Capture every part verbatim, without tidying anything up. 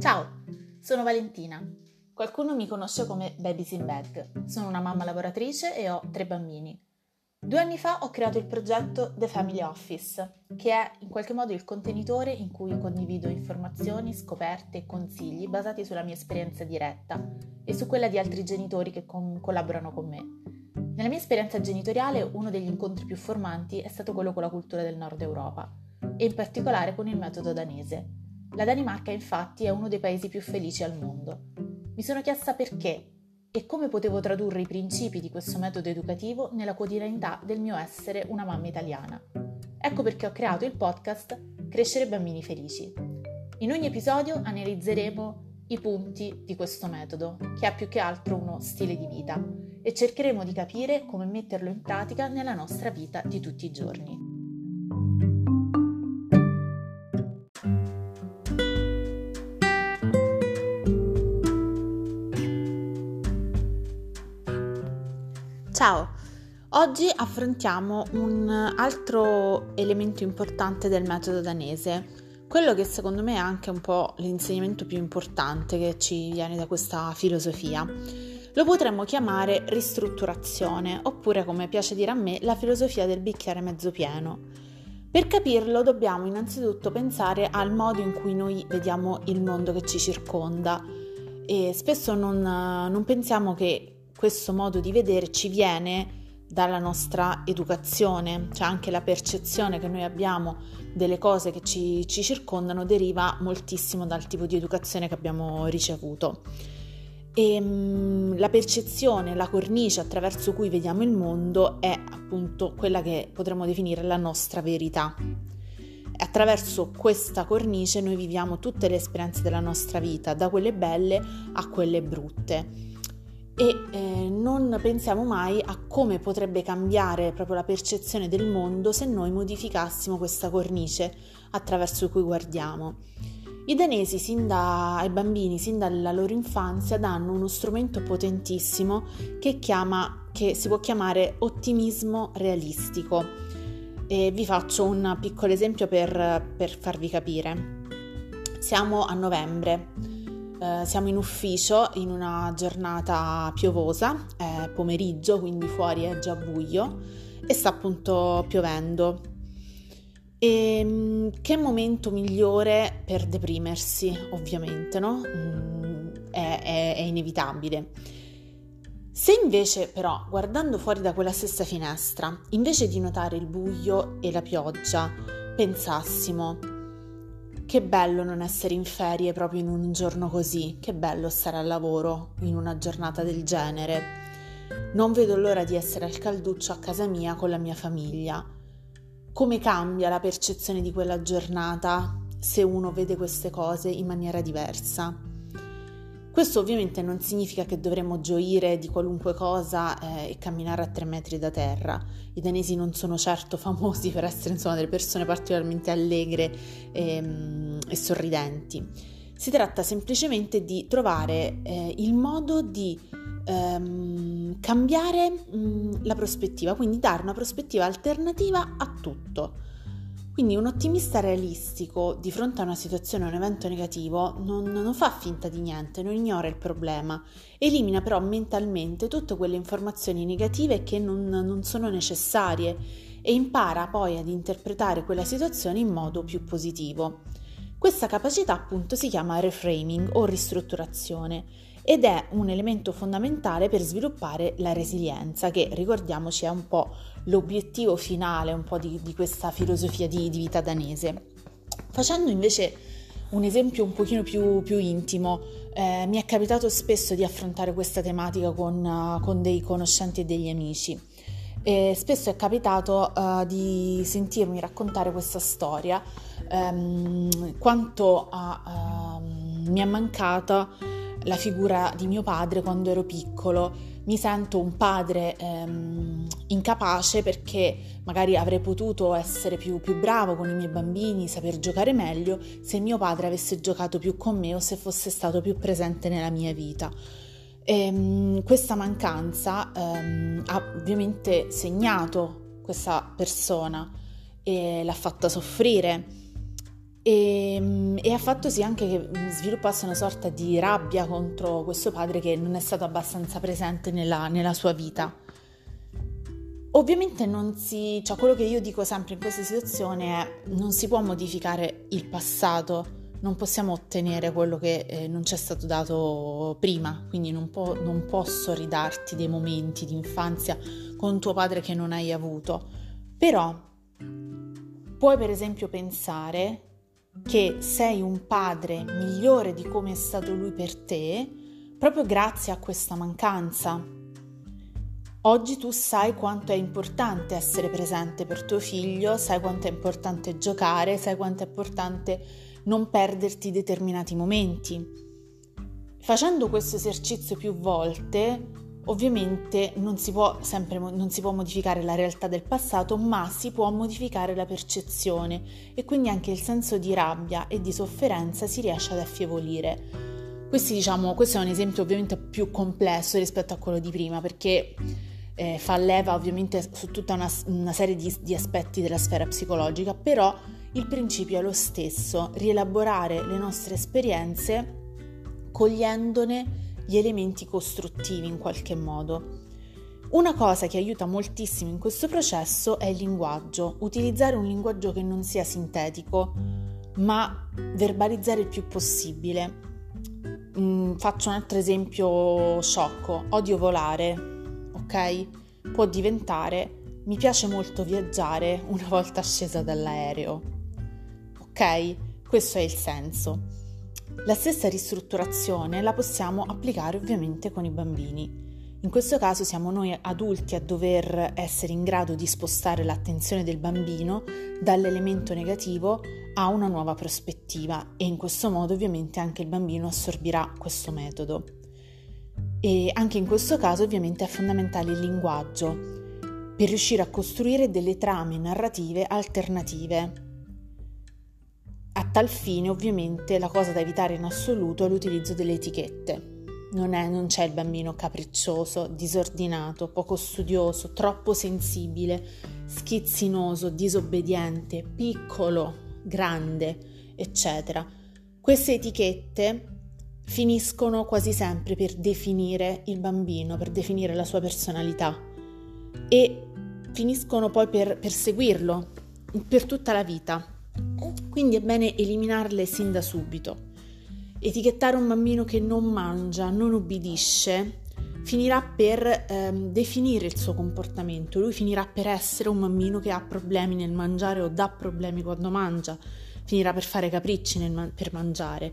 Ciao, sono Valentina. Qualcuno mi conosce come Babies in Bag. Sono una mamma lavoratrice e ho tre bambini. Due anni fa ho creato il progetto The Family Office, che è in qualche modo il contenitore in cui condivido informazioni, scoperte e consigli basati sulla mia esperienza diretta e su quella di altri genitori che con- collaborano con me. Nella mia esperienza genitoriale uno degli incontri più formanti è stato quello con la cultura del Nord Europa e in particolare con il metodo danese. La Danimarca infatti è uno dei paesi più felici al mondo. Mi sono chiesta perché e come potevo tradurre i principi di questo metodo educativo nella quotidianità del mio essere una mamma italiana. Ecco perché ho creato il podcast Crescere Bambini Felici. In ogni episodio analizzeremo i punti di questo metodo, che è più che altro uno stile di vita, e cercheremo di capire come metterlo in pratica nella nostra vita di tutti i giorni. Ciao, oggi affrontiamo un altro elemento importante del metodo danese, quello che secondo me è anche un po' l'insegnamento più importante che ci viene da questa filosofia. Lo potremmo chiamare ristrutturazione, oppure, come piace dire a me, la filosofia del bicchiere mezzo pieno. Per capirlo dobbiamo innanzitutto pensare al modo in cui noi vediamo il mondo che ci circonda e spesso non, non pensiamo che questo modo di vedere ci viene dalla nostra educazione, cioè anche la percezione che noi abbiamo delle cose che ci, ci circondano deriva moltissimo dal tipo di educazione che abbiamo ricevuto. E mh, la percezione, la cornice attraverso cui vediamo il mondo è appunto quella che potremmo definire la nostra verità. Attraverso questa cornice noi viviamo tutte le esperienze della nostra vita, da quelle belle a quelle brutte. E eh, non pensiamo mai a come potrebbe cambiare proprio la percezione del mondo se noi modificassimo questa cornice attraverso cui guardiamo. I danesi sin da, ai bambini sin dalla loro infanzia danno uno strumento potentissimo che, chiama, che si può chiamare ottimismo realistico. E vi faccio un piccolo esempio per, per farvi capire. Siamo a novembre. Uh, siamo in ufficio in una giornata piovosa, è pomeriggio, quindi fuori è già buio e sta appunto piovendo. E um, che momento migliore per deprimersi, ovviamente, no? Mm, è, è, è inevitabile. Se invece però, guardando fuori da quella stessa finestra, invece di notare il buio e la pioggia, pensassimo: che bello non essere in ferie proprio in un giorno così, che bello stare al lavoro in una giornata del genere. Non vedo l'ora di essere al calduccio a casa mia con la mia famiglia. Come cambia la percezione di quella giornata se uno vede queste cose in maniera diversa? Questo ovviamente non significa che dovremmo gioire di qualunque cosa eh, e camminare a tre metri da terra. I danesi non sono certo famosi per essere insomma delle persone particolarmente allegre e, e sorridenti. Si tratta semplicemente di trovare eh, il modo di ehm, cambiare mh, la prospettiva, quindi dare una prospettiva alternativa a tutto. Quindi un ottimista realistico di fronte a una situazione o un evento negativo non, non fa finta di niente, non ignora il problema, elimina però mentalmente tutte quelle informazioni negative che non, non sono necessarie e impara poi ad interpretare quella situazione in modo più positivo. Questa capacità appunto si chiama reframing o ristrutturazione ed è un elemento fondamentale per sviluppare la resilienza, che ricordiamoci è un po' l'obiettivo finale un po' di, di questa filosofia di, di vita danese. Facendo invece un esempio un pochino più, più intimo, eh, mi è capitato spesso di affrontare questa tematica con, uh, con dei conoscenti e degli amici. E spesso è capitato uh, di sentirmi raccontare questa storia, um, quanto uh, uh, mi è mancata la figura di mio padre quando ero piccolo. Mi sento un padre ehm, incapace perché magari avrei potuto essere più, più bravo con i miei bambini, saper giocare meglio se mio padre avesse giocato più con me o se fosse stato più presente nella mia vita. E, questa mancanza ehm, ha ovviamente segnato questa persona e l'ha fatta soffrire. e, e ha fatto sì anche che sviluppasse una sorta di rabbia contro questo padre che non è stato abbastanza presente nella, nella sua vita. Ovviamente non si, cioè quello che io dico sempre in questa situazione è: non si può modificare il passato, non possiamo ottenere quello che eh, non ci è stato dato prima, quindi non, po- non posso ridarti dei momenti di infanzia con tuo padre che non hai avuto, però puoi per esempio pensare che sei un padre migliore di come è stato lui per te proprio grazie a questa mancanza. Oggi tu sai quanto è importante essere presente per tuo figlio, sai quanto è importante giocare, sai quanto è importante non perderti determinati momenti. Facendo questo esercizio più volte, ovviamente non si può sempre non si può modificare la realtà del passato, ma si può modificare la percezione e quindi anche il senso di rabbia e di sofferenza si riesce ad affievolire. Questi, diciamo, questo è un esempio ovviamente più complesso rispetto a quello di prima, perché Eh, fa leva ovviamente su tutta una, una serie di, di aspetti della sfera psicologica, però il principio è lo stesso: rielaborare le nostre esperienze cogliendone gli elementi costruttivi in qualche modo. Una cosa che aiuta moltissimo in questo processo è il linguaggio, utilizzare un linguaggio che non sia sintetico, ma verbalizzare il più possibile. Mm, faccio un altro esempio sciocco: odio volare. Ok? Può diventare: mi piace molto viaggiare una volta scesa dall'aereo. Ok? Questo è il senso. La stessa ristrutturazione la possiamo applicare ovviamente con i bambini. In questo caso siamo noi adulti a dover essere in grado di spostare l'attenzione del bambino dall'elemento negativo a una nuova prospettiva, e in questo modo ovviamente anche il bambino assorbirà questo metodo. E anche in questo caso ovviamente è fondamentale il linguaggio per riuscire a costruire delle trame narrative alternative. A tal fine ovviamente la cosa da evitare in assoluto è l'utilizzo delle etichette. Non, è, non c'è il bambino capriccioso, disordinato, poco studioso, troppo sensibile, schizzinoso, disobbediente, piccolo, grande, eccetera. Queste etichette finiscono quasi sempre per definire il bambino, per definire la sua personalità, e finiscono poi per perseguirlo per tutta la vita. Quindi è bene eliminarle sin da subito. Etichettare un bambino che non mangia, non ubbidisce, finirà per ehm, definire il suo comportamento. Lui finirà per essere un bambino che ha problemi nel mangiare o dà problemi quando mangia, finirà per fare capricci nel man- per mangiare.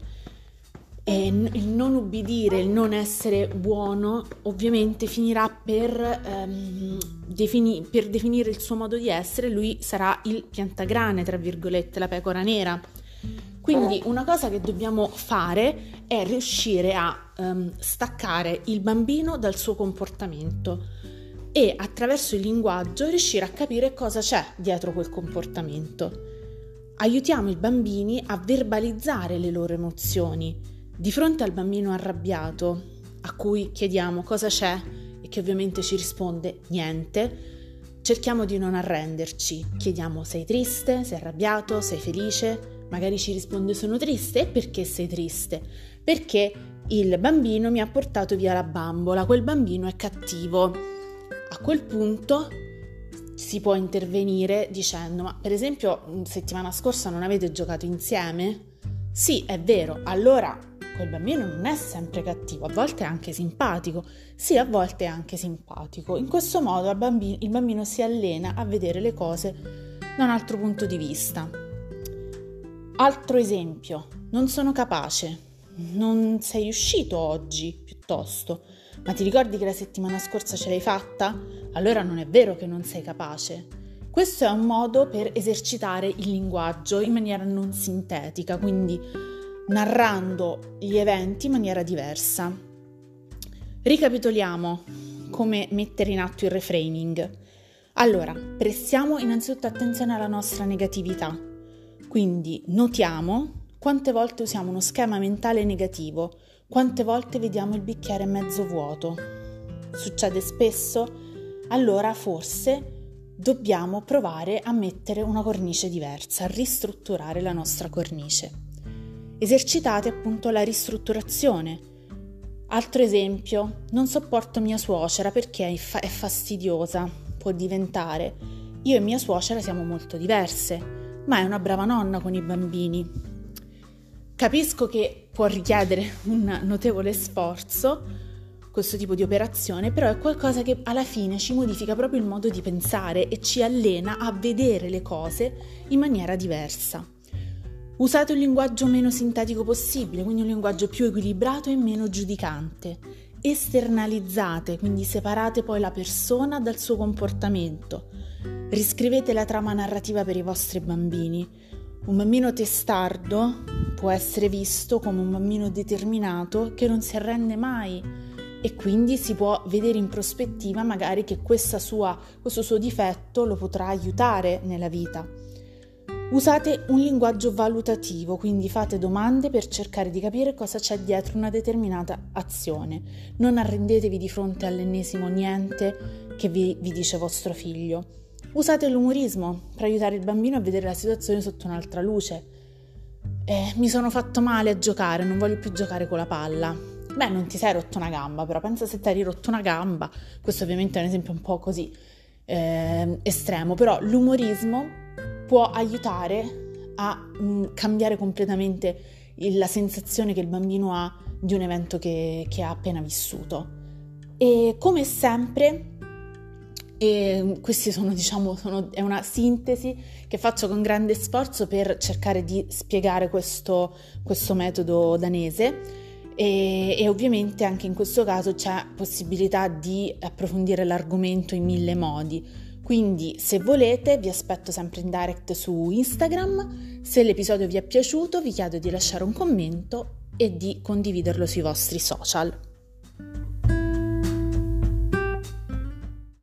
E il non ubbidire, il non essere buono, ovviamente finirà per, ehm, defini- per definire il suo modo di essere. Lui sarà il piantagrane, tra virgolette, la pecora nera. Quindi una cosa che dobbiamo fare è riuscire a ehm, staccare il bambino dal suo comportamento e attraverso il linguaggio riuscire a capire cosa c'è dietro quel comportamento. Aiutiamo i bambini a verbalizzare le loro emozioni. Di fronte al bambino arrabbiato, a cui chiediamo cosa c'è e che ovviamente ci risponde niente, cerchiamo di non arrenderci. Chiediamo: sei triste? Sei arrabbiato? Sei felice? Magari ci risponde: sono triste. E perché sei triste? Perché il bambino mi ha portato via la bambola, quel bambino è cattivo. A quel punto si può intervenire dicendo: ma per esempio settimana scorsa non avete giocato insieme? Sì, è vero, allora quel bambino non è sempre cattivo, a volte è anche simpatico. Sì, a volte è anche simpatico. In questo modo il bambino, il bambino si allena a vedere le cose da un altro punto di vista. Altro esempio: non sono capace, non sei riuscito oggi, piuttosto, ma ti ricordi che la settimana scorsa ce l'hai fatta? Allora non è vero che non sei capace. Questo è un modo per esercitare il linguaggio in maniera non sintetica, quindi narrando gli eventi in maniera diversa. Ricapitoliamo come mettere in atto il reframing. Allora, prestiamo innanzitutto attenzione alla nostra negatività, quindi notiamo quante volte usiamo uno schema mentale negativo, quante volte vediamo il bicchiere mezzo vuoto. Succede spesso? Allora forse dobbiamo provare a mettere una cornice diversa, a ristrutturare la nostra cornice. Esercitate appunto la ristrutturazione. Altro esempio, non sopporto mia suocera perché è, fa- è fastidiosa, può diventare. Io e mia suocera siamo molto diverse, ma è una brava nonna con i bambini. Capisco che può richiedere un notevole sforzo questo tipo di operazione, però è qualcosa che alla fine ci modifica proprio il modo di pensare e ci allena a vedere le cose in maniera diversa. Usate un linguaggio meno sintetico possibile, quindi un linguaggio più equilibrato e meno giudicante. Esternalizzate, quindi separate poi la persona dal suo comportamento. Riscrivete la trama narrativa per i vostri bambini. Un bambino testardo può essere visto come un bambino determinato che non si arrende mai, e quindi si può vedere in prospettiva magari che questa sua, questo suo difetto lo potrà aiutare nella vita. Usate un linguaggio valutativo, quindi fate domande per cercare di capire cosa c'è dietro una determinata azione. Non arrendetevi di fronte all'ennesimo niente che vi, vi dice vostro figlio. Usate l'umorismo per aiutare il bambino a vedere la situazione sotto un'altra luce. Eh, mi sono fatto male a giocare, non voglio più giocare con la palla. Beh, non ti sei rotto una gamba, però pensa se ti eri rotto una gamba. Questo ovviamente è un esempio un po' così eh, estremo, però l'umorismo può aiutare a mh, cambiare completamente il, la sensazione che il bambino ha di un evento che, che ha appena vissuto. E come sempre, e questi sono, diciamo, sono, è una sintesi che faccio con grande sforzo per cercare di spiegare questo, questo metodo danese. E, e ovviamente anche in questo caso c'è possibilità di approfondire l'argomento in mille modi, quindi se volete vi aspetto sempre in direct su Instagram. Se l'episodio vi è piaciuto vi chiedo di lasciare un commento e di condividerlo sui vostri social.